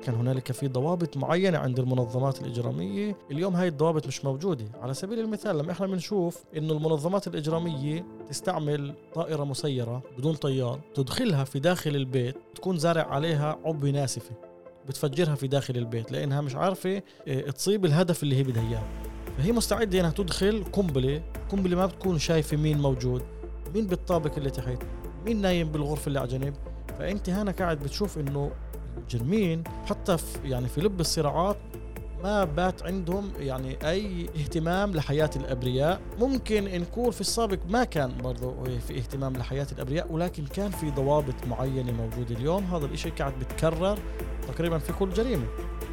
كان هنالك في ضوابط معينة عند المنظمات الإجرامية. اليوم هاي الضوابط مش موجودة. على سبيل المثال لما إحنا بنشوف إنه المنظمات الإجرامية تستعمل طائرة مسيرة بدون طيار، تدخلها في داخل البيت، تكون زارع عليها عبوة ناسفة، بتفجرها في داخل البيت لأنها مش عارفة تصيب الهدف اللي هي بدها إياه. فهي مستعدة أنها تدخل قنبلة ما بتكون شايفة مين موجود، مين بالطابق اللي تحت، مين نايم بالغرفة اللي على جنب. فأنت هنا قاعد بتشوف إنه المجرمين حتى في لب الصراعات ما بات عندهم يعني أي اهتمام لحياة الأبرياء. ممكن نقول في السابق ما كان برضو في اهتمام لحياة الأبرياء، ولكن كان في ضوابط معينة موجودة. اليوم هذا الاشي قاعد بتكرر تقريبا في كل جريمة.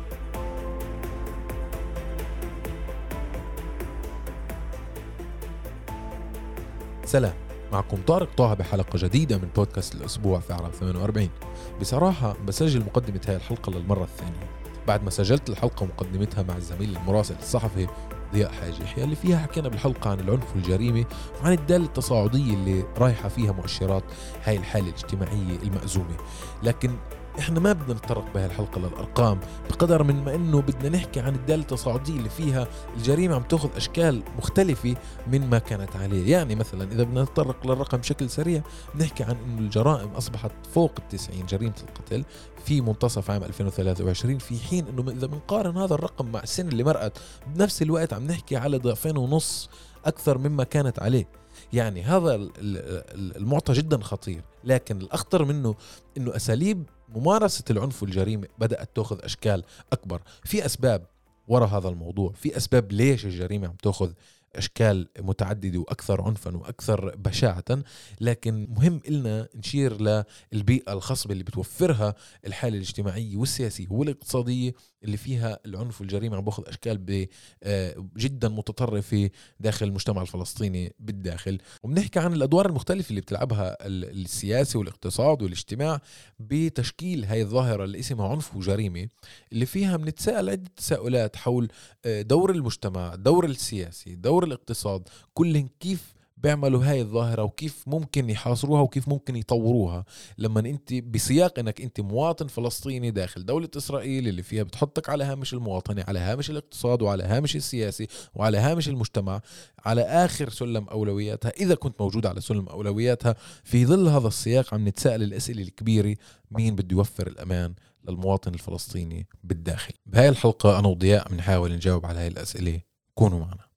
سلام، معكم طارق طه بحلقة جديدة من بودكاست الأسبوع في عرب 48. بصراحة بسجل مقدمة هاي الحلقة للمرة الثانية بعد ما سجلت الحلقة مقدمتها مع الزميل المراسل الصحفي ضياء حاج يحيى، اللي فيها حكينا بالحلقة عن العنف والجريمة وعن الدالة التصاعدية اللي رايحة فيها مؤشرات هاي الحالة الاجتماعية المأزومة. لكن احنا ما بدنا نتطرق بهاي الحلقة للأرقام بقدر من ما انه بدنا نحكي عن الدالة التصاعدية اللي فيها الجريمة عم تأخذ أشكال مختلفة من ما كانت عليه. يعني مثلا إذا بدنا نتطرق للرقم بشكل سريع بنحكي عن انه الجرائم أصبحت فوق 90 جريمة القتل في منتصف عام 2023، في حين انه إذا بنقارن هذا الرقم مع السنة اللي مرقت بنفس الوقت عم نحكي على 2.5 ضعف أكثر مما كانت عليه. يعني هذا المعطى جدا خطير، لكن الأخطر منه إنه أساليب ممارسة العنف والجريمة بدأت تأخذ أشكال أكبر. في أسباب وراء هذا الموضوع، في أسباب ليش الجريمة عم تأخذ أشكال متعددة وأكثر عنفا وأكثر بشاعة، لكن مهم إلنا نشير للبيئة الخصبة اللي بتوفرها الحالة الاجتماعية والسياسية والاقتصادية اللي فيها العنف والجريمة عم بأخذ أشكال جدا متطرفة داخل المجتمع الفلسطيني بالداخل. وبنحكي عن الأدوار المختلفة اللي بتلعبها السياسي والاقتصاد والاجتماع بتشكيل هاي الظاهرة اللي اسمها عنف وجريمة، اللي فيها بنتساءل عدة تساؤلات حول دور المجتمع، دور السياسي، دور الاقتصاد، كلهم كيف بيعملوا هاي الظاهرة وكيف ممكن يحاصروها وكيف ممكن يطوروها لما انت بسياق انك انت مواطن فلسطيني داخل دولة اسرائيل اللي فيها بتحطك على هامش المواطنة، على هامش الاقتصاد وعلى هامش السياسي وعلى هامش المجتمع، على اخر سلم اولوياتها اذا كنت موجود على سلم اولوياتها. في ظل هذا السياق عم نتساءل الاسئلة الكبيرة: مين بده يوفر الامان للمواطن الفلسطيني بالداخل؟ بهاي الحلقة انا وضياء بنحاول نجاوب على هاي الاسئلة. كونوا معنا.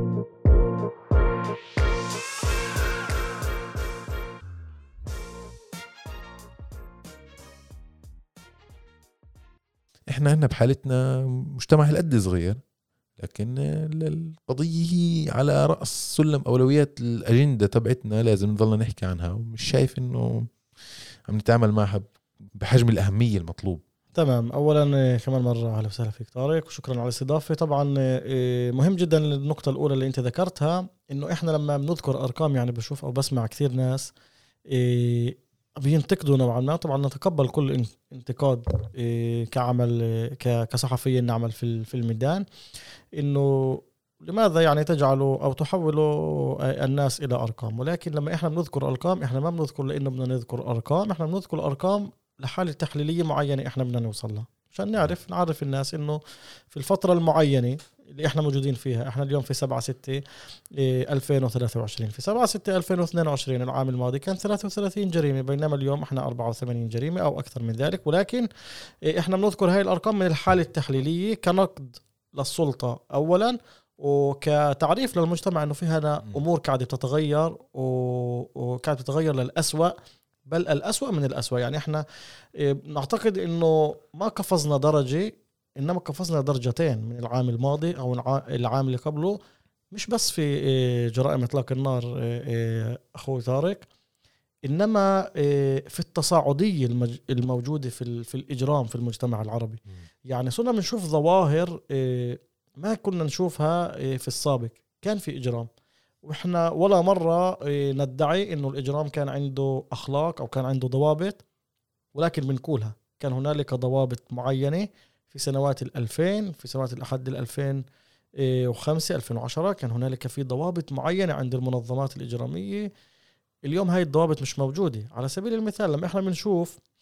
احنا عنا بحالتنا مجتمع هالقد صغير، لكن القضية هي على رأس سلم أولويات الأجندة تبعتنا، لازم نظلنا نحكي عنها، ومش شايف إنه عم نتعامل معها بحجم الأهمية المطلوب. تمام. أولا كمان مرة أهلا وسهلا فيك طارق، وشكرا على الاستضافة. طبعا مهم جدا النقطة الأولى اللي أنت ذكرتها، إنه إحنا لما بنذكر أرقام يعني بشوف أو بسمع كثير ناس بينتقدوا نوعا ما. طبعا نتقبل كل انتقاد كعمل كصحفيين نعمل في الميدان، إنه لماذا يعني تجعلوا أو تحولوا الناس إلى أرقام. ولكن لما إحنا بنذكر أرقام، إحنا ما بنذكر لأنه بدنا نذكر أرقام، إحنا بنذكر أرقام لحالة تحليلية معينة إحنا بدنا نوصلها، عشان نعرف الناس إنه في الفترة المعينة اللي إحنا موجودين فيها. إحنا اليوم في 7/6/2023، في 7/6/2022 العام الماضي كان 33 جريمة، بينما اليوم إحنا 84 جريمة أو أكثر من ذلك. ولكن إحنا بنذكر هاي الأرقام من الحالة التحليلية كنقد للسلطة أولا، وكتعريف للمجتمع إنه في هنا أمور قاعدة تتغير وقاعدة تتغير للأسوأ، بل الأسوأ من الأسوأ. يعني إحنا نعتقد إنه ما قفزنا درجة، إنما قفزنا درجتين من العام الماضي أو العام اللي قبله، مش بس في جرائم إطلاق النار أخوي طارق، إنما في التصاعدية الموجودة في الإجرام في المجتمع العربي. يعني صرنا بنشوف ظواهر ما كنا نشوفها في السابق. كان في إجرام وإحنا ولا مرة ندعي إنه الإجرام كان عنده أخلاق أو كان عنده ضوابط، ولكن بنقولها كان هنالك ضوابط معينة في سنوات 2000، في سنوات الأحد 2005 2010 كان هنالك في ضوابط معينة عند المنظمات الإجرامية. اليوم هاي الضوابط مش موجودة. على سبيل المثال لما إحنا بنشوف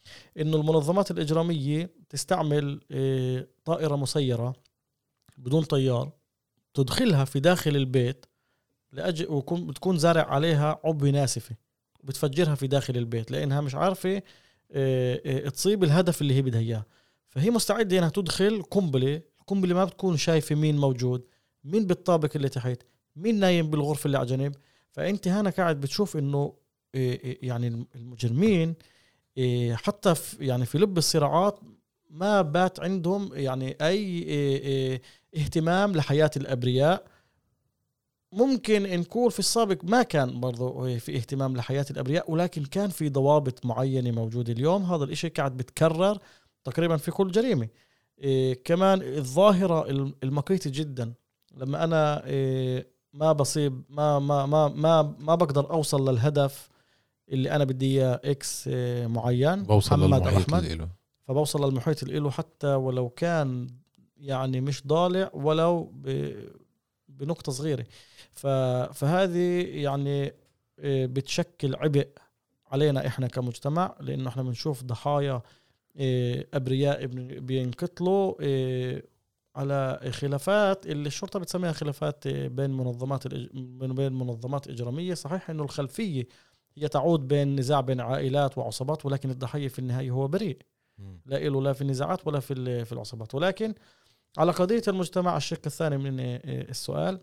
إنه المنظمات الإجرامية تستعمل طائرة مسيرة بدون طيار، تدخلها في داخل البيت وتكون زارع عليها عبوة ناسفة وبتفجرها في داخل البيت، لأنها مش عارفة تصيب الهدف اللي هي بدها إياه. فهي مستعدة إنها تدخل قنبلة ما بتكون شايفة مين موجود، مين بالطابق اللي تحت، مين نايم بالغرفة اللي على جنب. فأنت هنا قاعد بتشوف إنه يعني المجرمين حتى يعني في لب الصراعات ما بات عندهم يعني أي اهتمام لحياة الأبرياء. ممكن نقول في السابق ما كان برضو في اهتمام لحياة الأبرياء، ولكن كان في ضوابط معينة موجودة. اليوم هذا الاشي قاعد بتكرر تقريبا في كل جريمة. كمان الظاهرة المقيتة جدا، لما أنا ما بصيب ما بقدر أوصل للهدف اللي أنا بدي إياه إكس معين، بوصل للمحيط اللي فبوصل للمحيط اللي له حتى ولو كان يعني مش ضالع ولو بنقطة صغيرة. فهذه يعني بتشكل عبء علينا إحنا كمجتمع، لأنه إحنا بنشوف ضحايا أبرياء بينقتلوا على خلافات اللي الشرطة بتسميها خلافات بين منظمات إجرامية. صحيح إنه الخلفية هي تعود بين نزاع بين عائلات وعصابات، ولكن الضحية في النهاية هو بريء، لا إله لا في النزاعات ولا في العصابات. ولكن على قضية المجتمع، الشق الثاني من السؤال،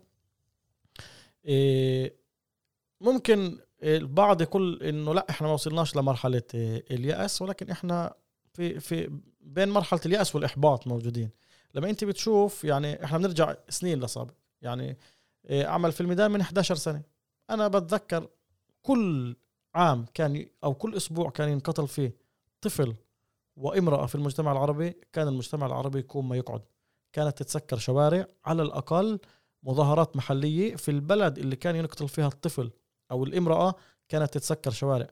ممكن البعض يقول إنه لا إحنا ما وصلناش لمرحلة اليأس، ولكن إحنا في بين مرحلة اليأس والإحباط موجودين. لما أنت بتشوف يعني إحنا بنرجع سنين لسابق، يعني عمل في الميدان من 11 سنة. أنا بتذكر كل عام كان أو كل أسبوع كان ينقتل فيه طفل وامرأة في المجتمع العربي. كان المجتمع العربي يكون ما يقعد، كانت تتسكر شوارع، على الأقل مظاهرات محلية في البلد اللي كان ينقتل فيها الطفل أو الامرأة كانت تتسكر شوارع.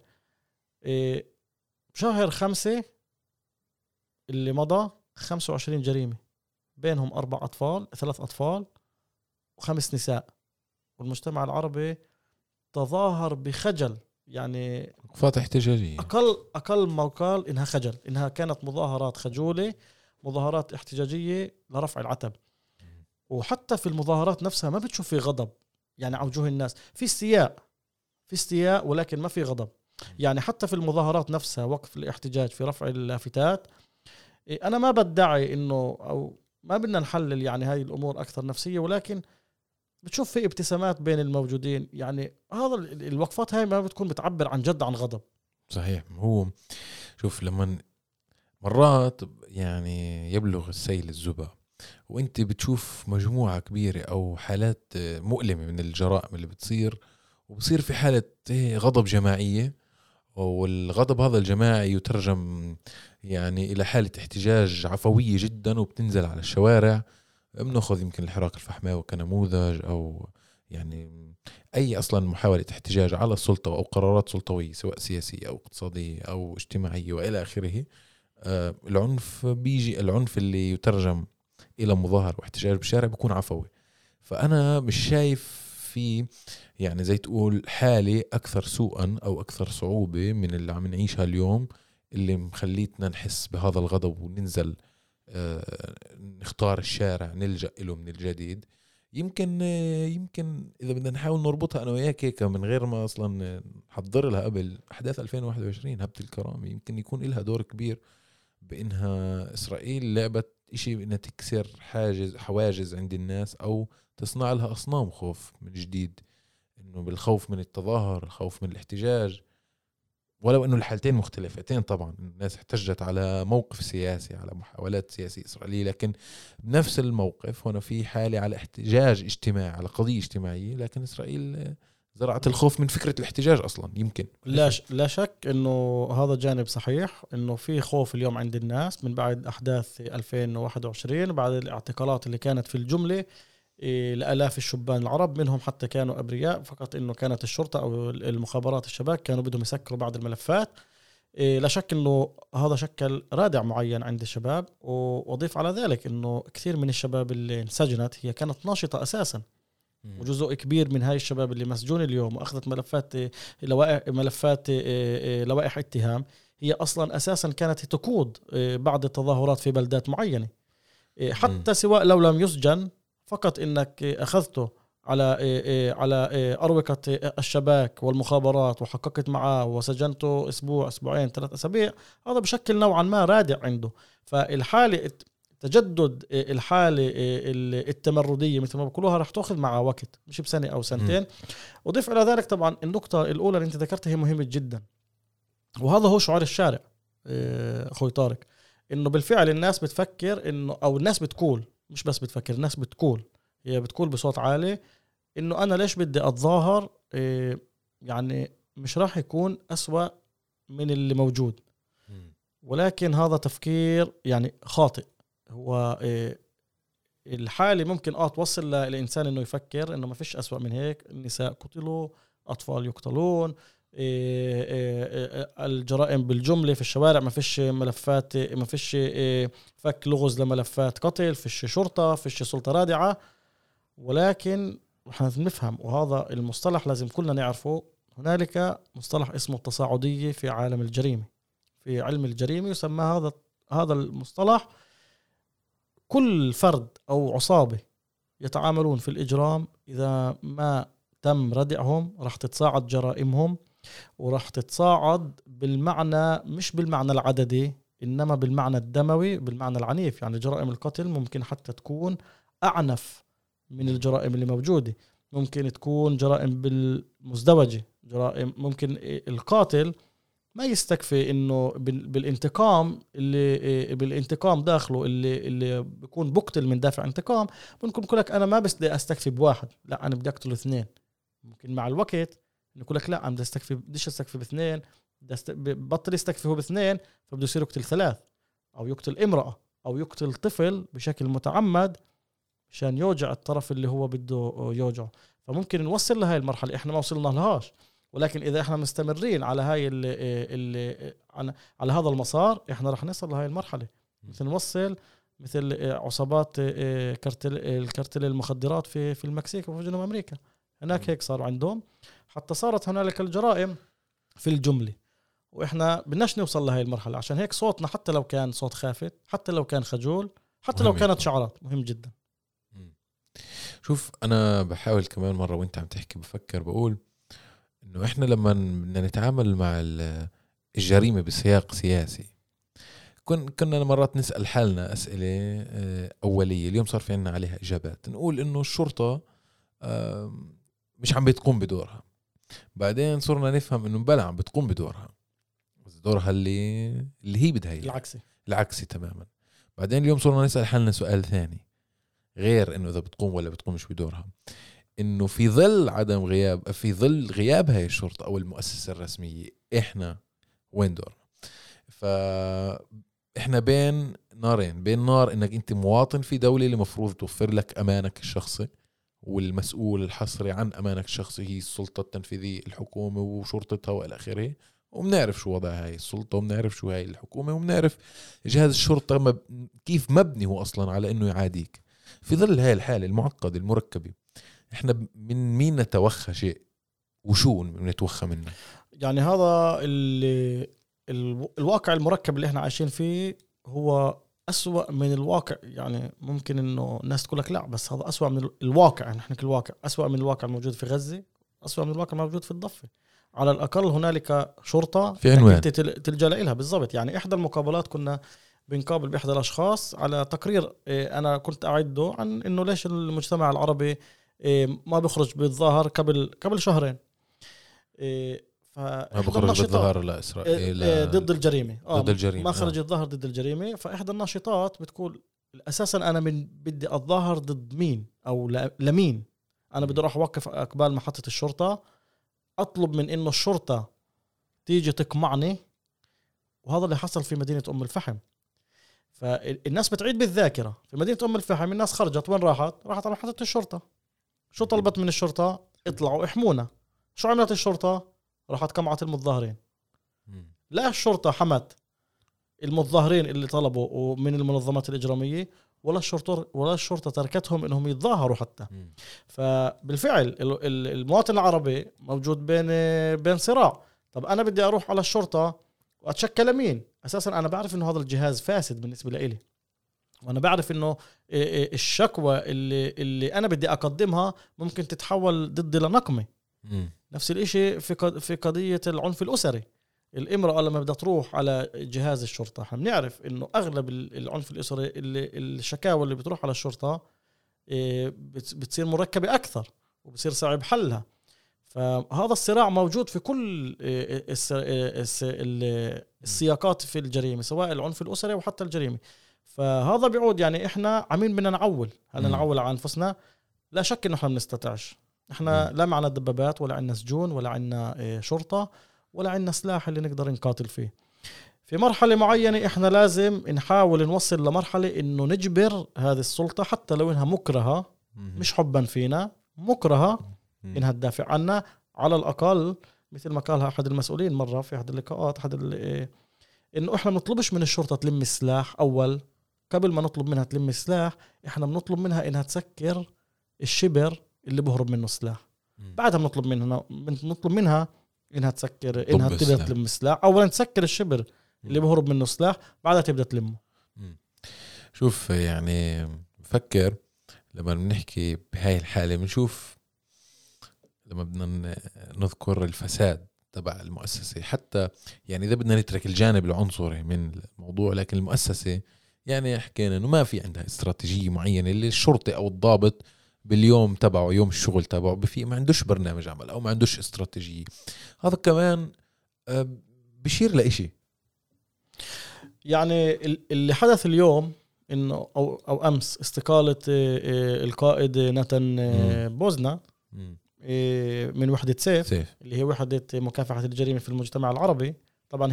شهر 5 اللي مضى 25 جريمة، بينهم 4 أطفال، 3 أطفال و5 نساء. والمجتمع العربي تظاهر بخجل، يعني وقفات احتجاجية، أقل ما قال إنها خجل، إنها كانت مظاهرات خجولة، مظاهرات احتجاجية لرفع العتب. وحتى في المظاهرات نفسها ما بتشوف في غضب يعني على وجوه الناس، في استياء ولكن ما في غضب. يعني حتى في المظاهرات نفسها وقف الاحتجاج في رفع اللافتات، أنا ما بدعي إنه أو ما بدنا نحلل يعني هاي الأمور أكثر نفسية، ولكن بتشوف في ابتسامات بين الموجودين. يعني هذا الوقفات هاي ما بتكون بتعبر عن جد عن غضب. صحيح. هو شوف لما مرات يعني يبلغ السيل الزبا وانت بتشوف مجموعة كبيرة او حالات مؤلمة من الجرائم اللي بتصير، وبصير في حالة غضب جماعية، والغضب هذا الجماعي يترجم يعني الى حالة احتجاج عفوية جدا وبتنزل على الشوارع. بناخذ يمكن الحراك الفحماوي كنموذج، او يعني اي اصلا محاولة احتجاج على السلطة او قرارات سلطوية سواء سياسية او اقتصادية او اجتماعية والى اخره. العنف بيجي، العنف اللي يترجم الى مظاهر واحتجاج بالشارع بيكون عفوي. فانا مش شايف في يعني زي تقول حالة اكثر سوءا او اكثر صعوبة من اللي عم نعيشها اليوم، اللي مخليتنا نحس بهذا الغضب وننزل نختار الشارع نلجأ له من الجديد. يمكن إذا بدنا نحاول نربطها أنا وياك هيك من غير ما أصلا نحضر لها قبل أحداث 2021 هبة الكرامة، يمكن يكون لها دور كبير بإنها إسرائيل لعبت إشي بإنها تكسر حواجز عند الناس أو تصنع لها أصنام خوف من جديد، إنه بالخوف من التظاهر، الخوف من الاحتجاج. ولو أنه الحالتين مختلفتين طبعا، الناس احتجت على موقف سياسي، على محاولات سياسية إسرائيلية، لكن بنفس الموقف هنا في حالة على احتجاج اجتماعي، على قضية اجتماعية، لكن إسرائيل زرعت الخوف من فكرة الاحتجاج أصلا. يمكن لا شك أنه هذا جانب صحيح، أنه في خوف اليوم عند الناس من بعد أحداث 2021 بعد الاعتقالات اللي كانت في الجملة لآلاف الشبان العرب، منهم حتى كانوا أبرياء، فقط إنه كانت الشرطة أو المخابرات الشباك كانوا بدهم يسكروا بعض الملفات. لا شك إنه هذا شكل رادع معين عند الشباب. وأضيف على ذلك إنه كثير من الشباب اللي انسجنت هي كانت ناشطة أساسا، وجزء كبير من هاي الشباب اللي مسجون اليوم وأخذت ملفات لوائح اتهام هي أصلا أساسا كانت تقود بعض التظاهرات في بلدات معينة، حتى سواء لو لم يسجن، فقط إنك أخذته على أروقة الشباك والمخابرات وحققت معه وسجنته أسبوع أسبوعين 3 أسابيع، هذا بشكل نوعا ما رادع عنده. فالحالة تجدد الحالة التمردية مثل ما بقولوها رح تأخذ معها وقت، مش بسنة أو سنتين. وضيف إلى ذلك طبعا النقطة الأولى اللي أنت ذكرتها هي مهمة جدا، وهذا هو شعار الشارع أخوي طارق، إنه بالفعل الناس بتفكر إنه، أو الناس بتقول، مش بس بتفكر، الناس بتقول، هي بتقول بصوت عالي إنه أنا ليش بدي أتظاهر، يعني مش راح يكون أسوأ من اللي موجود. ولكن هذا تفكير يعني خاطئ. هو الحالة ممكن توصل للإنسان إنه يفكر إنه ما فيش أسوأ من هيك، النساء قتلوا، أطفال يقتلون، الجرائم بالجملة في الشوارع، ما فيش ملفات، ما فيش فك لغز لملفات قتل، فيش شرطة، فيش سلطة رادعة. ولكن نحن نفهم، وهذا المصطلح لازم كلنا نعرفه، هنالك مصطلح اسمه التصاعدية في عالم الجريمة، في علم الجريمة يسمى هذا المصطلح كل فرد أو عصابة يتعاملون في الإجرام إذا ما تم ردعهم راح تتصاعد جرائمهم، وراح تتصاعد بالمعنى، مش بالمعنى العددي إنما بالمعنى الدموي، بالمعنى العنيف. يعني جرائم القتل ممكن حتى تكون أعنف من الجرائم اللي موجودة، ممكن تكون جرائم بالمزدوجة، جرائم ممكن القاتل ما يستكفي انه بالانتقام اللي بالانتقام داخله اللي بيكون بقتل من دافع انتقام، ممكن يقول لك انا ما بس بدي استكفي بواحد، لا انا بدي اقتل 2. ممكن مع الوقت يقول لك لا انا بدي استكفي، بديش استكفي ب2، بطل يستكفي هو ب2 فبده يصير يقتل 3، او يقتل امرأة، او يقتل طفل بشكل متعمد عشان يوجع الطرف اللي هو بده يوجعه. فممكن نوصل لهاي المرحلة، احنا ما وصلنا لهاش، ولكن إذا إحنا مستمرين على هاي على هذا المسار إحنا رح نصل لهاي المرحلة. مثل نوصل مثل عصابات الكارتل المخدرات في المكسيك وفي جنوب أمريكا، هناك هيك صار عندهم، حتى صارت هنالك الجرائم في الجملة، وإحنا بدناش نوصل لهاي المرحلة. عشان هيك صوتنا حتى لو كان صوت خافت، حتى لو كان خجول، حتى لو كانت شعارات، مهم جدا. شوف أنا بحاول كمان مرة وإنت عم تحكي بفكر بقول إنه إحنا لما بدنا نتعامل مع الجريمة بسياق سياسي، كنا مرات نسأل حالنا أسئلة أولية، اليوم صار في عنا عليها إجابات، نقول إنه الشرطة مش عم بتقوم بدورها، بعدين صرنا نفهم إنه بلا عم بتقوم بدورها، بس دورها اللي هي بدها العكسي تماما. بعدين اليوم صرنا نسأل حالنا سؤال ثاني غير إنه إذا بتقوم ولا بتقومش بدورها، إنه في ظل غياب هاي الشرطة أو المؤسسة الرسمية إحنا وين دورنا؟ فإحنا بين نارين، بين نار إنك أنت مواطن في دولة اللي مفروض توفر لك أمانك الشخصي، والمسؤول الحصري عن أمانك الشخصي هي السلطة التنفيذية الحكومة وشرطتها وإلى آخره، وبنعرف شو وضع هاي السلطة وبنعرف شو هاي الحكومة وبنعرف جهاز الشرطة كيف مبني هو أصلا على إنه يعاديك. في ظل هاي الحالة المعقدة المركبة، إحنا من مين نتوخى شيء وشو نتوخى منه؟ يعني هذا الواقع المركب اللي إحنا عايشين فيه هو أسوأ من الواقع. يعني ممكن إنه الناس تقول لك لا بس هذا أسوأ من الواقع، يعني إحنا الواقع أسوأ من الواقع الموجود في غزة، أسوأ من الواقع الموجود في الضفة. على الأقل هنالك شرطة في عنوان تلجأ لها بالضبط. يعني إحدى المقابلات كنا بنقابل بإحدى الأشخاص على تقرير أنا كنت أعده عن إنه ليش المجتمع العربي ما بيخرج بالظاهر قبل شهرين، ما بخرج بالظهر لإسرائيل ضد الجريمة، ضد الجريمة ما خرج الظهر ضد الجريمة. فإحدى الناشطات بتقول أساسا أنا بدي أتظاهر ضد مين أو لمين؟ أنا بدي أروح أوقف أقبال محطة الشرطة، أطلب من إنه الشرطة تيجي تقمعني. وهذا اللي حصل في مدينة أم الفحم. فالناس بتعيد بالذاكرة، في مدينة أم الفحم الناس خرجت، وين راحت على محطة الشرطة. شو طلبت من الشرطة؟ اطلعوا احمونا. شو عملت الشرطة؟ راحت قمعت المتظاهرين. لا الشرطة حمت المتظاهرين اللي طلبوا من المنظمات الإجرامية، ولا الشرطة تركتهم إنهم يتظاهروا حتى. فبالفعل المواطن العربي موجود بين صراع. طب أنا بدي أروح على الشرطة وأتشكى لمين؟ أساسا أنا بعرف إنه هذا الجهاز فاسد بالنسبة لإلي، وأنا بعرف إنه الشكوى اللي أنا بدي أقدمها ممكن تتحول ضدي لنقمة. نفس الإشي في قضية العنف الأسري. الامرأة لما بدها تروح على جهاز الشرطة، احنا بنعرف إنه أغلب العنف الأسري الشكاوى اللي بتروح على الشرطة بتصير مركبة أكثر وبصير صعب حلها. فهذا الصراع موجود في كل السياقات في الجريمة، سواء العنف الأسري وحتى الجريمة. فهذا بيعود يعني إحنا عمين بدنا نعول، هل نعول على أنفسنا؟ لا شك إنه إحنا بنستطيعش. إحنا لا معنا دبابات ولا عنا سجون ولا عنا شرطة ولا عنا سلاح اللي نقدر نقاتل فيه. في مرحلة معينة إحنا لازم نحاول نوصل لمرحلة إنه نجبر هذه السلطة حتى لو إنها مكرهة، مش حبا فينا، مكرهة إنها تدافع عنا على الأقل. مثل ما قالها أحد المسؤولين مرة في أحد اللقاءات، إنه إحنا بنطلبش من الشرطة تلم السلاح أول. قبل ما نطلب منها تلم السلاح، إحنا بنطلب منها إنها تسكر الشبر اللي بهرب منه السلاح. بعدها بنطلب منها إنها تسكر، إنها تبدأ تلم السلاح. أولا تسكر الشبر اللي بهرب منه السلاح، بعدها تبدأ تلمه. شوف يعني بفكر لما بنحكي بهاي الحالة بنشوف لما بدنا نذكر الفساد تبع المؤسسة، حتى يعني إذا بدنا نترك الجانب العنصري من الموضوع، لكن المؤسسة يعني حكينا إنه ما في عندها استراتيجية معينة. اللي الشرطة أو الضابط باليوم تبعه، يوم الشغل تبعه، ما عندوش برنامج عمل أو ما عندوش استراتيجية. هذا كمان بشير لإشي. يعني اللي حدث اليوم إنه أو أمس استقالة القائد ناتان بوزنا من وحدة سيف اللي هي وحدة مكافحة الجريمة في المجتمع العربي. طبعا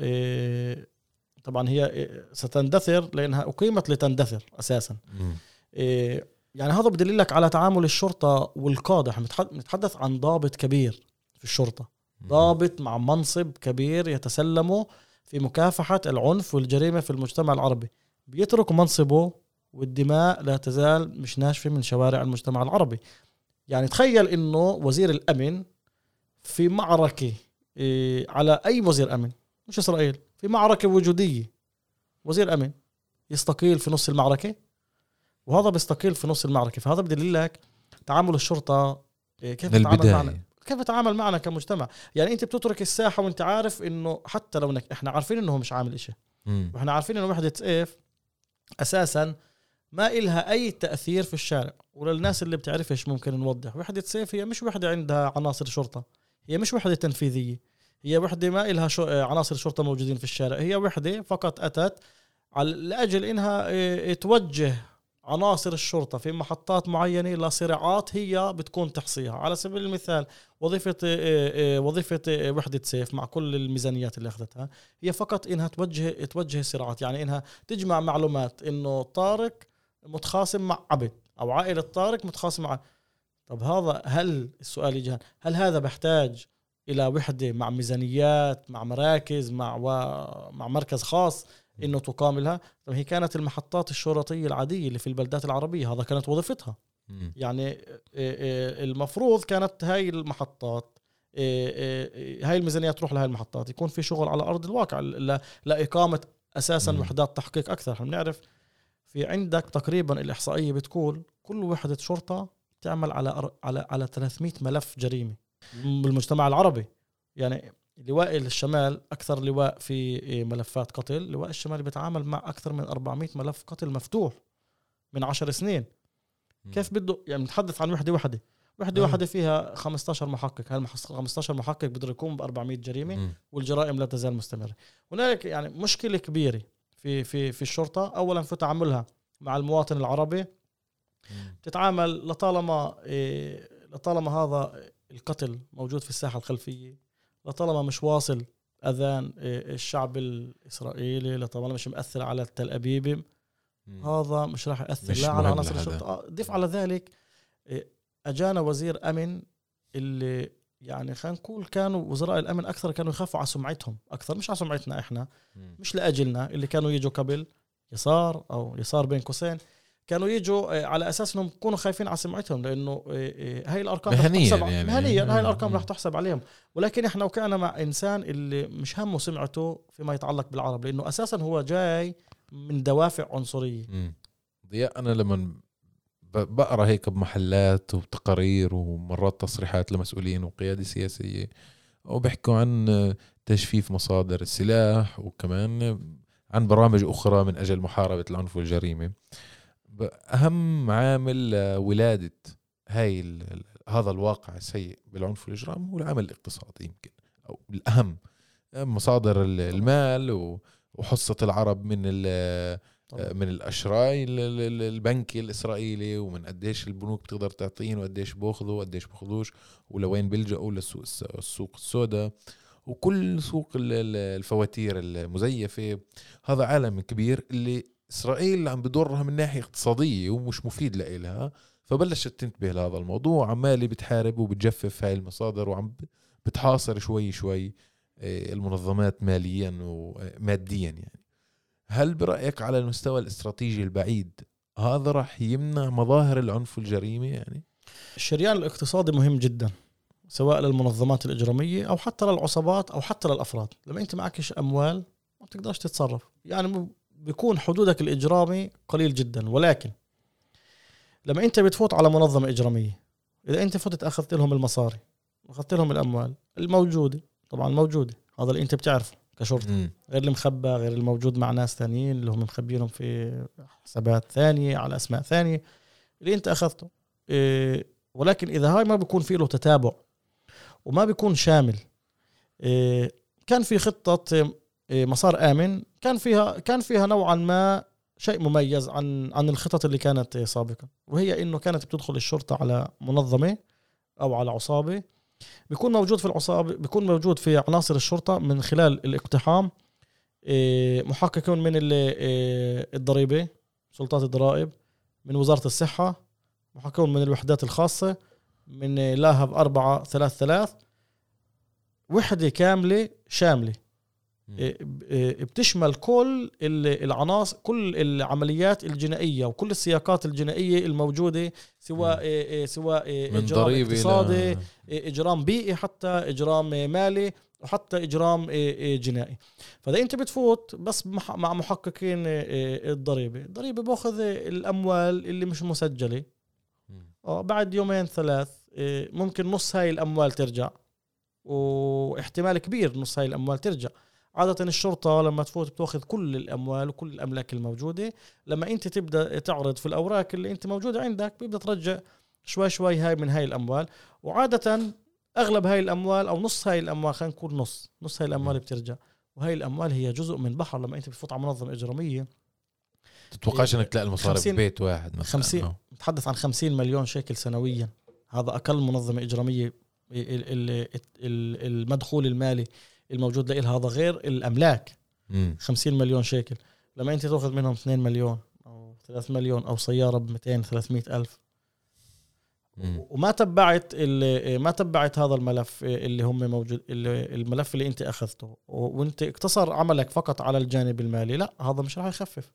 هي ستندثر لأنها أقيمت لتندثر أساسا. يعني هذا بدليلك على تعامل الشرطة والقادة. نتحدث عن ضابط كبير في الشرطة، ضابط مع منصب كبير يتسلمه في مكافحة العنف والجريمة في المجتمع العربي، بيترك منصبه والدماء لا تزال مش ناشفة من شوارع المجتمع العربي. يعني تخيل إنه وزير الأمن في معركة على أي وزير أمن مش إسرائيل، في معركة وجودية، وزير أمن يستقيل في نص المعركة وهذا بيستقيل في نص المعركة. فهذا بدليل لك تعامل الشرطة كيف تتعامل معنا، كيف تتعامل معنا كمجتمع. يعني أنت بتترك الساحة وأنت عارف إنه حتى لو إحنا عارفين إنه مش عامل إشي، وإحنا عارفين إنه وحدة سيف أساساً ما إلها أي تأثير في الشارع. وللناس اللي بتعرفش ممكن نوضح، وحدة سيف هي مش وحدة عندها عناصر شرطة، هي مش وحدة تنفيذية، هي وحدة ما إلها عناصر شرطة موجودين في الشارع. هي وحدة فقط أتت لأجل إنها توجه عناصر الشرطة في محطات معينة لصراعات هي بتكون تحصيها. على سبيل المثال وظيفة وحدة سيف مع كل الميزانيات اللي أخذتها هي فقط إنها توجه الصراعات. يعني إنها تجمع معلومات إنه طارق متخاصم مع عبد أو عائلة طارق متخاصم مع. طب هذا هل السؤال يجي هل هذا بحتاج إلى وحدة مع ميزانيات مع مراكز مع مركز خاص إنه تقاملها؟ طب هي كانت المحطات الشرطية العادية اللي في البلدات العربية هذا كانت وظيفتها. يعني المفروض كانت هاي المحطات هاي الميزانيات تروح لهاي المحطات، يكون في شغل على أرض الواقع لإقامة أساسا وحدات تحقيق أكثر. احنا بنعرف في عندك تقريبا الإحصائية بتقول كل وحدة شرطة تعمل على 300 ملف جريمة بالمجتمع العربي. يعني لواء الشمال أكثر لواء في ملفات قتل، لواء الشمال بيتعامل مع أكثر من 400 ملف قتل مفتوح من 10 سنين. كيف بده يعني نتحدث عن وحدة فيها 15 محقق، هل 15 محقق بده يقوم ب 400 جريمة والجرائم لا تزال مستمرة. هناك يعني مشكلة كبيرة في الشرطة. أولا في تعاملها مع المواطن العربي، تتعامل لطالما هذا القتل موجود في الساحة الخلفية، لطالما مش واصل أذان الشعب الإسرائيلي، لطالما مش مؤثر على التل أبيب، هذا مش راح يأثر لا على عناصر الشرطة. ضيف على ذلك أجانا وزير أمن اللي يعني خلينا نقول كانوا وزراء الأمن أكثر كانوا يخافوا على سمعتهم أكثر مش على سمعتنا إحنا، مش لأجلنا اللي كانوا يجوا قبل يسار أو يسار بين قوسين. كانوا يجوا على اساس انهم يكونوا خايفين على سمعتهم، لانه هاي الارقام مهنيا مهنيا هاي الارقام راح تحسب عليهم. ولكن احنا وقعنا مع انسان اللي مش همه سمعته فيما يتعلق بالعرب، لانه اساسا هو جاي من دوافع عنصريه. ضياء، انا لما بقرا هيك بمحلات وتقارير ومرات تصريحات لمسؤولين وقياده سياسيه وبيحكوا عن تجفيف مصادر السلاح، وكمان عن برامج اخرى من اجل محاربه العنف والجريمه، أهم عامل ولادة هذا الواقع السيء بالعنف والإجرام هو العامل الاقتصادي، يمكن أو الأهم. مصادر المال وحصة العرب من الأشراي البنكي الإسرائيلي، ومن قديش البنوك بتقدر تعطين وقديش بأخذوا وقديش بأخذوش، ولوين بيلجأوا للسوق السوداء وكل سوق الفواتير المزيفة. هذا عالم كبير اللي إسرائيل عم بدورها من ناحية اقتصادية ومش مفيد لإلها، فبلشت تنتبه لهذا الموضوع، عمالي بتحارب وبتجفف هاي المصادر وعم بتحاصر شوي شوي المنظمات ماليا وماديا. يعني هل برأيك على المستوى الاستراتيجي البعيد هذا راح يمنع مظاهر العنف والجريمة؟ يعني الشريان الاقتصادي مهم جدا، سواء للمنظمات الإجرامية أو حتى للعصابات أو حتى للأفراد. لما أنت معكش أموال ما تقدرش تتصرف، يعني بيكون حدودك الإجرامي قليل جدا. ولكن لما أنت بتفوت على منظمة إجرامية، إذا أنت فتت أخذت لهم المصاري وأخذت لهم الأموال الموجودة، طبعا موجودة، هذا اللي أنت بتعرفه كشرطة، غير المخبى، غير الموجود مع ناس ثانيين اللي هم مخبينهم في حسابات ثانية على أسماء ثانية اللي أنت أخذته. ولكن إذا هاي ما بيكون فيه له تتابع وما بيكون شامل، كان في خطة مسار آمن كان فيها نوعا ما شيء مميز عن الخطط اللي كانت سابقا، وهي إنه كانت بتدخل الشرطة على منظمة أو على عصابة، بيكون موجود في العصابة، بيكون موجود في عناصر الشرطة من خلال الاقتحام محققون من الضريبة، سلطات الضرائب، من وزارة الصحة، محققون من الوحدات الخاصة، من لاهب 433، وحدة كاملة شاملة بتشمل كل العناصر، كل العمليات الجنائية وكل السياقات الجنائية الموجودة، سواء إجرام اقتصادي، إجرام بيئي، حتى إجرام مالي، وحتى إجرام جنائي. فإذا أنت بتفوت بس مع محققين الضريبة بأخذ الأموال اللي مش مسجلة، بعد يومين ثلاث ممكن نص هاي الأموال ترجع، واحتمال كبير نص هاي الأموال ترجع. عادة الشرطة لما تفوت بتأخذ كل الأموال وكل الأملاك الموجودة. لما أنت تبدأ تعرض في الأوراق اللي أنت موجودة عندك، بيبدأ ترجع شوي شوي هاي من هاي الأموال. وعادة أغلب هاي الأموال أو نص هاي الأموال، خلينا نقول نص هاي الأموال بترجع. وهاي الأموال هي جزء من بحر. لما أنت بتفوت على منظمة إجرامية تتوقعش انك تلاقي المصاري في بيت واحد مثلا 50، نتحدث عن 50 مليون شيكل سنويا. هذا أقل منظمة إجرامية المدخول المالي الموجود لها، هذا غير الأملاك. 50 مليون شيكل، لما أنت تأخذ منهم 2 مليون أو 3 مليون أو سيارة ب200-300 ألف، وما تبعت هذا الملف اللي هم موجود، الملف اللي أنت أخذته، وأنت اقتصر عملك فقط على الجانب المالي، لا، هذا مش راح يخفف.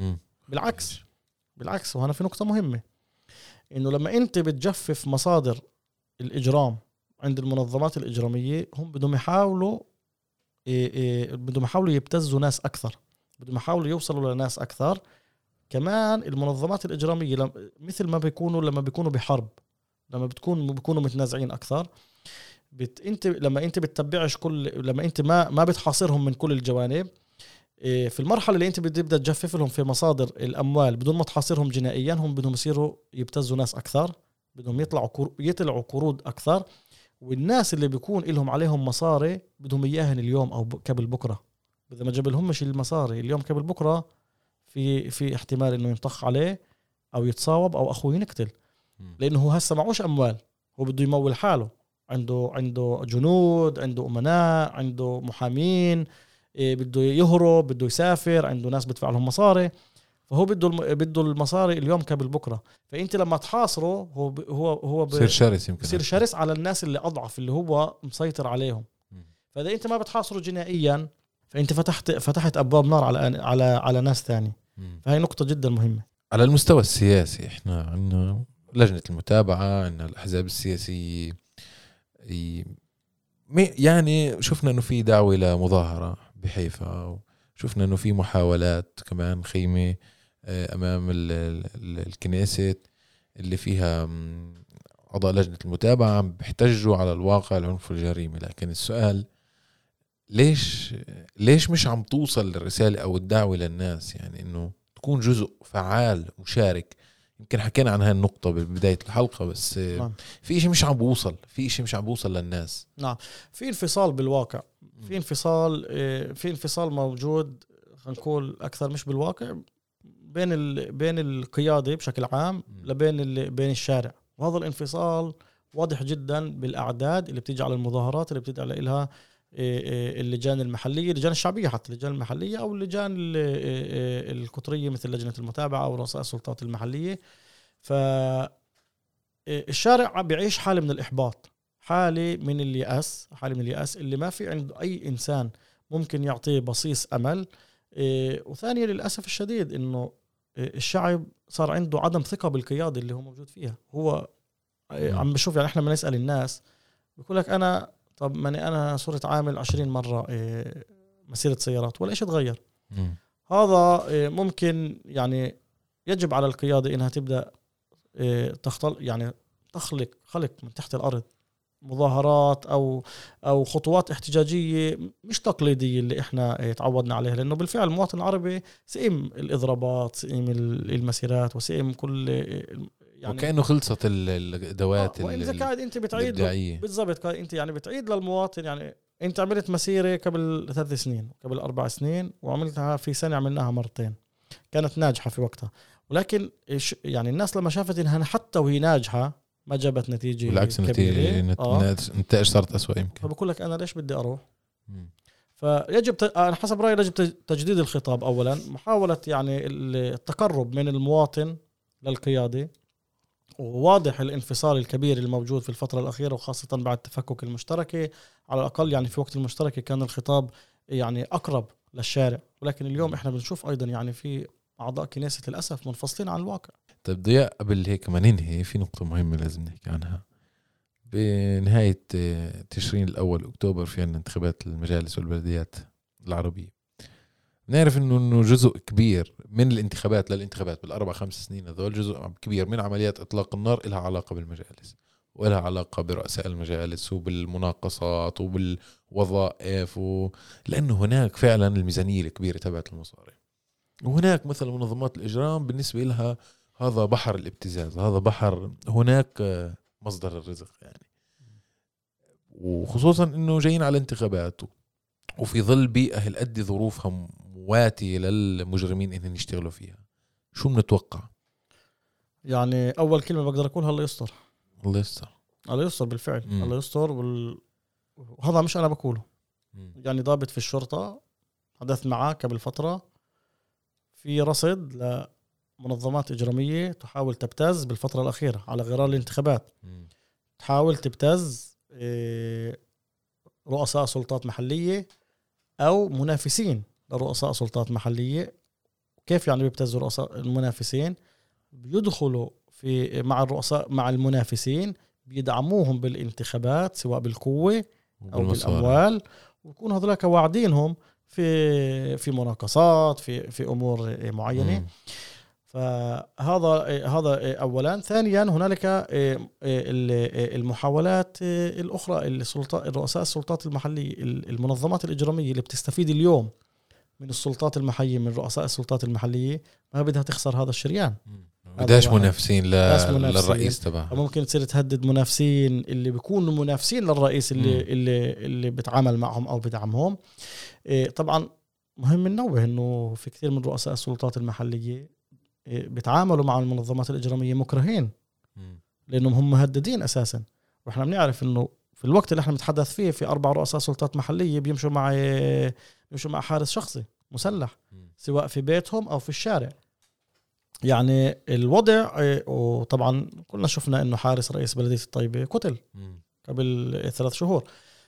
بالعكس. وهنا في نقطة مهمة، إنه لما أنت بتجفف مصادر الإجرام عند المنظمات الإجرامية، هم بدهم يحاولوا يبتزوا ناس أكثر، بدهم يحاولوا يوصلوا لناس أكثر. كمان المنظمات الإجرامية مثل ما لما بيكونوا بحرب، لما بيكونوا متنازعين أكثر، لما أنت بتتبعش لما أنت ما بتحاصرهم من كل الجوانب، في المرحلة اللي أنت بتبدأ تجفف لهم في مصادر الأموال بدون ما تحاصرهم جنائيا، هم بدهم يصيروا يبتزوا ناس أكثر، بدهم يطلعوا قروض أكثر. والناس اللي بيكون لهم عليهم مصاري بدهم إياهن اليوم أو قبل بكرة. إذا ما جابلهمش المصاري اليوم قبل بكرة، في احتمال إنه ينطخ عليه أو يتصاوب أو أخوه ينقتل، لأنه هو هسه معوش أموال، هو بده يمول حاله، عنده جنود، عنده أمناء، عنده محامين، بده يهرب، بده يسافر، عنده ناس بدفع لهم مصاري، فهو بده المصاري اليوم قبل بكره. فانت لما تحاصره هو بصير شرس على الناس اللي اضعف، اللي هو مسيطر عليهم. فاذا انت ما بتحاصره جنائيا، فانت فتحت ابواب نار على ناس ثاني. فهي نقطه جدا مهمه. على المستوى السياسي احنا عندنا لجنة المتابعة، عندنا الأحزاب السياسية، يعني شفنا انه في دعوة لمظاهرة بحيفا، وشفنا انه في محاولات كمان خيمة امام الكنيسة اللي فيها أعضاء لجنة المتابعة بيحتجوا على الواقع العنف الجريمي. لكن السؤال ليش مش عم توصل الرسالة أو الدعوة للناس، يعني إنه تكون جزء فعال مشارك. يمكن حكينا عن هاي النقطة ببداية الحلقة، بس في إشي مش عم بوصل للناس. نعم، في انفصال بالواقع، في انفصال موجود، خلينا نقول أكثر مش بالواقع، بين القيادة بشكل عام بين الشارع. وهذا الانفصال واضح جدا بالأعداد اللي بتيجي على المظاهرات، اللي بتيجي على إلها اللجان المحلية، اللجان الشعبية، حتى اللجان المحلية أو اللجان القطرية مثل لجنة المتابعة أو رؤساء السلطات المحلية. فالشارع بيعيش حالة من الإحباط، حالة من اليأس اللي ما في عند أي إنسان ممكن يعطيه بصيص أمل. وثانيا للأسف الشديد إنه الشعب صار عنده عدم ثقة بالقيادة اللي هو موجود فيها. هو عم بشوف، يعني إحنا بنسأل الناس بيقول لك طب ماني أنا صرت عامل 20 مرة مسيرة سيارات ولا إيش تغير. هذا ممكن يعني يجب على القيادة إنها تبدأ تخلق من تحت الأرض مظاهرات أو خطوات احتجاجية مش تقليدية اللي إحنا تعودنا عليها. لأنه بالفعل المواطن العربي سئم الإضرابات، سئم المسيرات، وسئم كل يعني وكأنه خلصت الأدوات وإذا قاعد أنت بتعيد بالضبط، أنت يعني بتعيد للمواطن، يعني أنت عملت مسيرة قبل 3 سنين، قبل 4 سنين، وعملتها في سنة عملناها مرتين، كانت ناجحة في وقتها. ولكن يعني الناس لما شافت إنها حتى وهي ناجحة ما جابت نتيجة، بالعكس النتائج صارت أسوأ يمكن. فبقول لك أنا ليش بدي أروح؟ فيجب أنا حسب رأيي يجب تجديد الخطاب أولا، محاولة يعني التقرب من المواطن للقيادة. وواضح الانفصال الكبير الموجود في الفترة الأخيرة، وخاصة بعد تفكك المشتركة. على الأقل يعني في وقت المشتركة كان الخطاب يعني أقرب للشارع، ولكن اليوم إحنا بنشوف أيضا يعني في أعضاء كنيسة للأسف منفصلين عن الواقع. طيب ضياء، قبل هيك ما ننهي في نقطة مهمة لازم نحكي عنها. بنهاية تشرين الأول أكتوبر في عنا انتخابات المجالس والبلديات العربية. نعرف إنه جزء كبير من الانتخابات للانتخابات بال4-5 سنين هذول جزء كبير من عمليات إطلاق النار إلها علاقة بالمجالس، وإلها علاقة برؤساء المجالس وبالمناقصات وبالوظائف لأنه هناك فعلا الميزانية الكبيرة تبعت المصاري، وهناك مثل منظمات الإجرام بالنسبة لها هذا بحر الابتزاز، هذا بحر، هناك مصدر الرزق يعني. وخصوصا إنه جايين على انتخابات وفي ظل بيئة هالقد ظروفها مواتية للمجرمين إنهم يشتغلوا فيها. شو بنتوقع؟ يعني أول كلمة بقدر أقولها الله يستر. الله يستر، الله يستر بالفعل. الله يستر وهذا مش أنا بقوله. يعني ضابط في الشرطة حدثت معاه قبل فترة في رصد لمنظمات إجرامية تحاول تبتز بالفترة الأخيرة على غرار الانتخابات، تحاول تبتز رؤساء سلطات محلية أو منافسين لرؤساء سلطات محلية. كيف يعني بيبتزوا رؤساء المنافسين؟ بيدخلوا مع الرؤساء، مع المنافسين، بيدعموهم بالانتخابات سواء بالقوة أو بالأموال، ويكون هذولاك واعدينهم في مناقصات في أمور معينة. فهذا أولا. ثانيا هنالك المحاولات الأخرى، رؤساء السلطات المحلية، المنظمات الإجرامية اللي بتستفيد اليوم من السلطات المحلية، من رؤساء السلطات المحلية، ما بدها تخسر هذا الشريان. بداش منافسين للرئيس تبعها. ممكن تصير تهدد منافسين اللي بيكونوا منافسين للرئيس اللي بتعامل معهم أو بدعمهم. طبعا مهم ننوه إنه في كثير من رؤساء السلطات المحلية بيتعاملوا مع المنظمات الإجرامية مكرهين، لأنهم هم مهددين أساسا. وإحنا بنعرف إنه في الوقت اللي إحنا بنتحدث فيه في 4 رؤساء سلطات محلية بيمشوا مع حارس شخصي مسلح، سواء في بيتهم أو في الشارع. يعني الوضع، وطبعا كلنا شفنا إنه حارس رئيس بلدية الطيبة قتل قبل 3 شهور.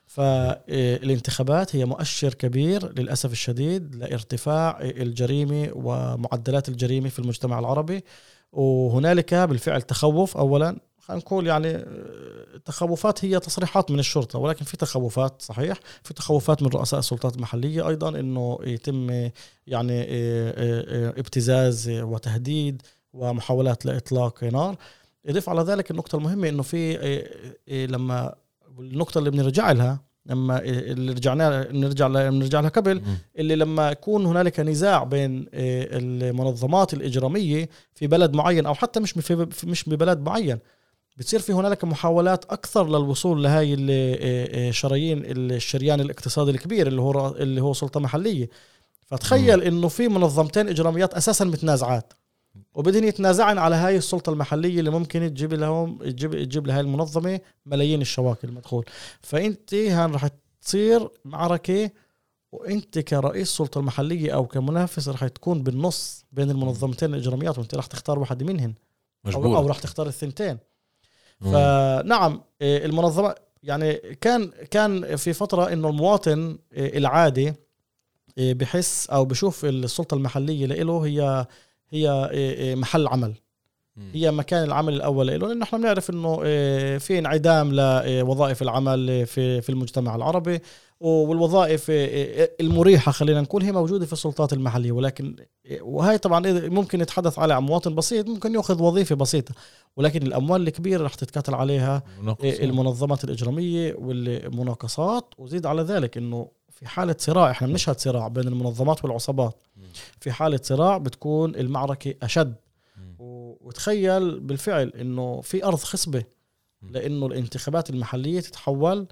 فالانتخابات هي مؤشر كبير للأسف الشديد لارتفاع الجريمة ومعدلات الجريمة في المجتمع العربي. وهنالك بالفعل تخوف. أولا خلينا نقول يعني التخوفات هي تصريحات من الشرطة، ولكن في تخوفات صحيح، في تخوفات من رؤساء السلطات المحلية أيضا إنه يتم يعني ابتزاز وتهديد ومحاولات لإطلاق نار. يضيف على ذلك النقطة المهمة إنه في لما النقطة اللي بنرجع لها لما اللي نرجع لها قبل، اللي لما يكون هنالك نزاع بين المنظمات الإجرامية في بلد معين أو حتى مش ببلد معين، بتصير في هنالك محاولات أكثر للوصول لهاي الشريان الاقتصادي الكبير اللي هو سلطة محلية. فتخيل إنه في منظمتين إجراميات أساسا متنازعات وبدهم يتنازعن على هاي السلطة المحلية اللي ممكن تجيب لهاي المنظمة ملايين الشواكل المدخول. فأنت رح تصير معركة، وأنت كرئيس سلطة المحلية أو كمنافس رح تكون بالنص بين المنظمتين الإجراميات، وأنت رح تختار واحد منهن أو رح تختار الثنتين. فنعم المنظمة يعني كان في فترة إنه المواطن العادي بحس أو بشوف السلطة المحلية له هي محل عمل، هي مكان العمل الأول له، لأنه احنا بنعرف إنه في انعدام لوظائف العمل في المجتمع العربي، والوظائف المريحة خلينا نقول هي موجودة في السلطات المحلية. ولكن وهي طبعا ممكن نتحدث على مواطن بسيط ممكن يأخذ وظيفة بسيطة، ولكن الأموال الكبيرة رح تتكاتل عليها المنظمات الإجرامية والمناقصات. وزيد على ذلك إنه في حالة صراع، احنا بنشهد صراع بين المنظمات والعصابات، في حالة صراع بتكون المعركة أشد. وتخيل بالفعل إنه في أرض خصبة، لأنه الانتخابات المحلية تتحول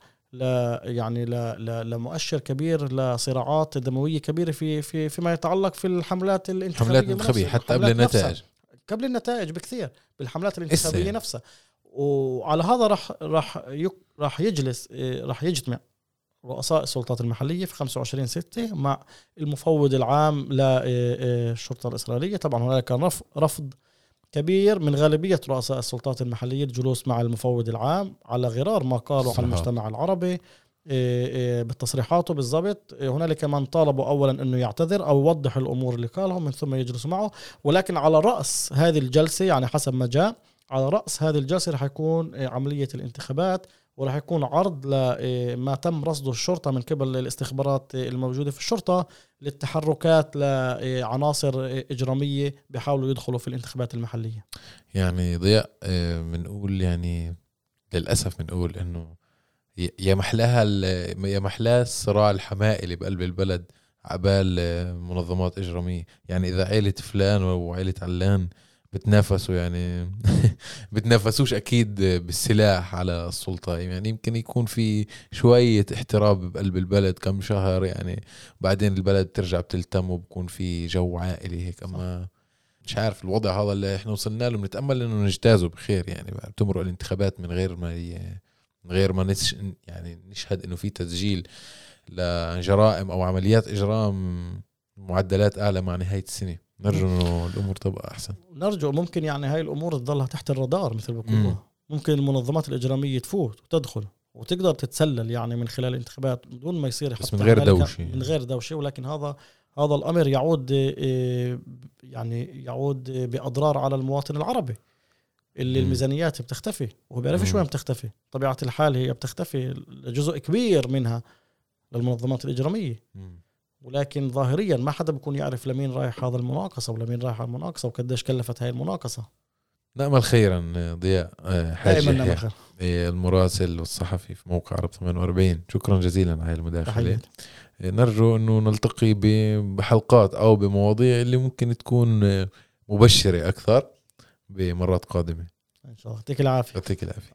لمؤشر كبير لصراعات دموية كبيرة فيما يتعلق في الحملات الانتخابية حتى قبل النتائج بكثير، بالحملات الانتخابية نفسها. وعلى هذا راح يجتمع رؤساء السلطات المحلية في 25/6 مع المفوض العام للشرطة الإسرائيلية. طبعا هناك كان رفض كبير من غالبية رؤساء السلطات المحلية الجلوس مع المفوض العام، على غرار ما قالوا عن المجتمع العربي بالتصريحاته بالضبط. هنالك من طالبوا أولا أنه يعتذر أو يوضح الأمور اللي قالهم من ثم يجلسوا معه. ولكن على رأس هذه الجلسة، يعني حسب ما جاء على رأس هذه الجلسة رح يكون عملية الانتخابات، ورح يكون عرض لما تم رصده الشرطة من قبل الاستخبارات الموجودة في الشرطة للتحركات لعناصر إجرامية بيحاولوا يدخلوا في الانتخابات المحلية. يعني ضياء منقول يعني للأسف منقول إنه يا محلاها الصراع الحمائي اللي بقلب البلد عبال منظمات إجرامية. يعني إذا عائلة فلان وعائلة علان بتنافسوا، يعني بتنافسوش أكيد بالسلاح على السلطة، يعني يمكن يكون في شوية احتراب بقلب البلد كم شهر، يعني بعدين البلد ترجع بتلتم وبكون في جو عائلي هيك. أما مش عارف الوضع هذا اللي احنا وصلنا له، بنتأمل إنه نجتازه بخير. يعني بتمرق الانتخابات من غير ما يعني نشهد إنه في تسجيل لجرائم أو عمليات إجرام معدلات أعلى مع نهاية السنة. نرجو إنه الأمور تبقى أحسن. نرجو ممكن يعني هاي الأمور تضلها تحت الرادار مثل بقولوا. ممكن المنظمات الإجرامية تفوت وتدخل وتقدر تتسلل يعني من خلال الانتخابات بدون ما يصير بس من غير دوشة. ولكن هذا الأمر يعود بأضرار على المواطن العربي اللي الميزانيات بتختفي وهو بيعرفش وين بتختفي. طبيعة الحال هي بتختفي جزء كبير منها للمنظمات الإجرامية. ولكن ظاهريا ما حدا بيكون يعرف لمين رايح هذا المناقصة ولمين رايح المناقصة وقديش كلفت هاي المناقصة. نأمل خيرا ضياء حاجة المراسل والصحفي في موقع عرب 48. شكرا جزيلا على هاي المداخلة. نرجو أنه نلتقي بحلقات أو بمواضيع اللي ممكن تكون مبشرة أكثر بمرات قادمة إن شاء الله. يعطيك العافية. يعطيك العافية.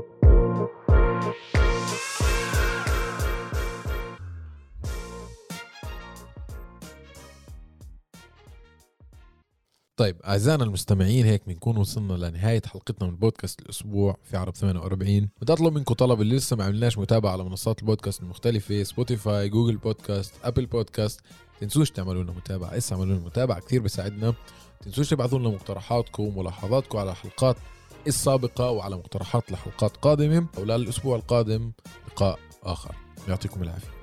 طيب أعزائنا المستمعين، هيك بنكون وصلنا لنهاية حلقتنا من بودكاست الأسبوع في عرب 48. بدي أطلب منكم طلب، اللي لسه ما عملناش متابعة على منصات البودكاست المختلفة سبوتيفاي، جوجل بودكاست، أبل بودكاست، تنسوش تعملوا لنا متابعة. عملوا لنا متابعة كثير بيساعدنا. تنسوش تبعثوا لنا مقترحاتكم وملاحظاتكم على الحلقات السابقة وعلى مقترحات لحلقات قادمة. وللأسبوع القادم لقاء آخر. يعطيكم العافية.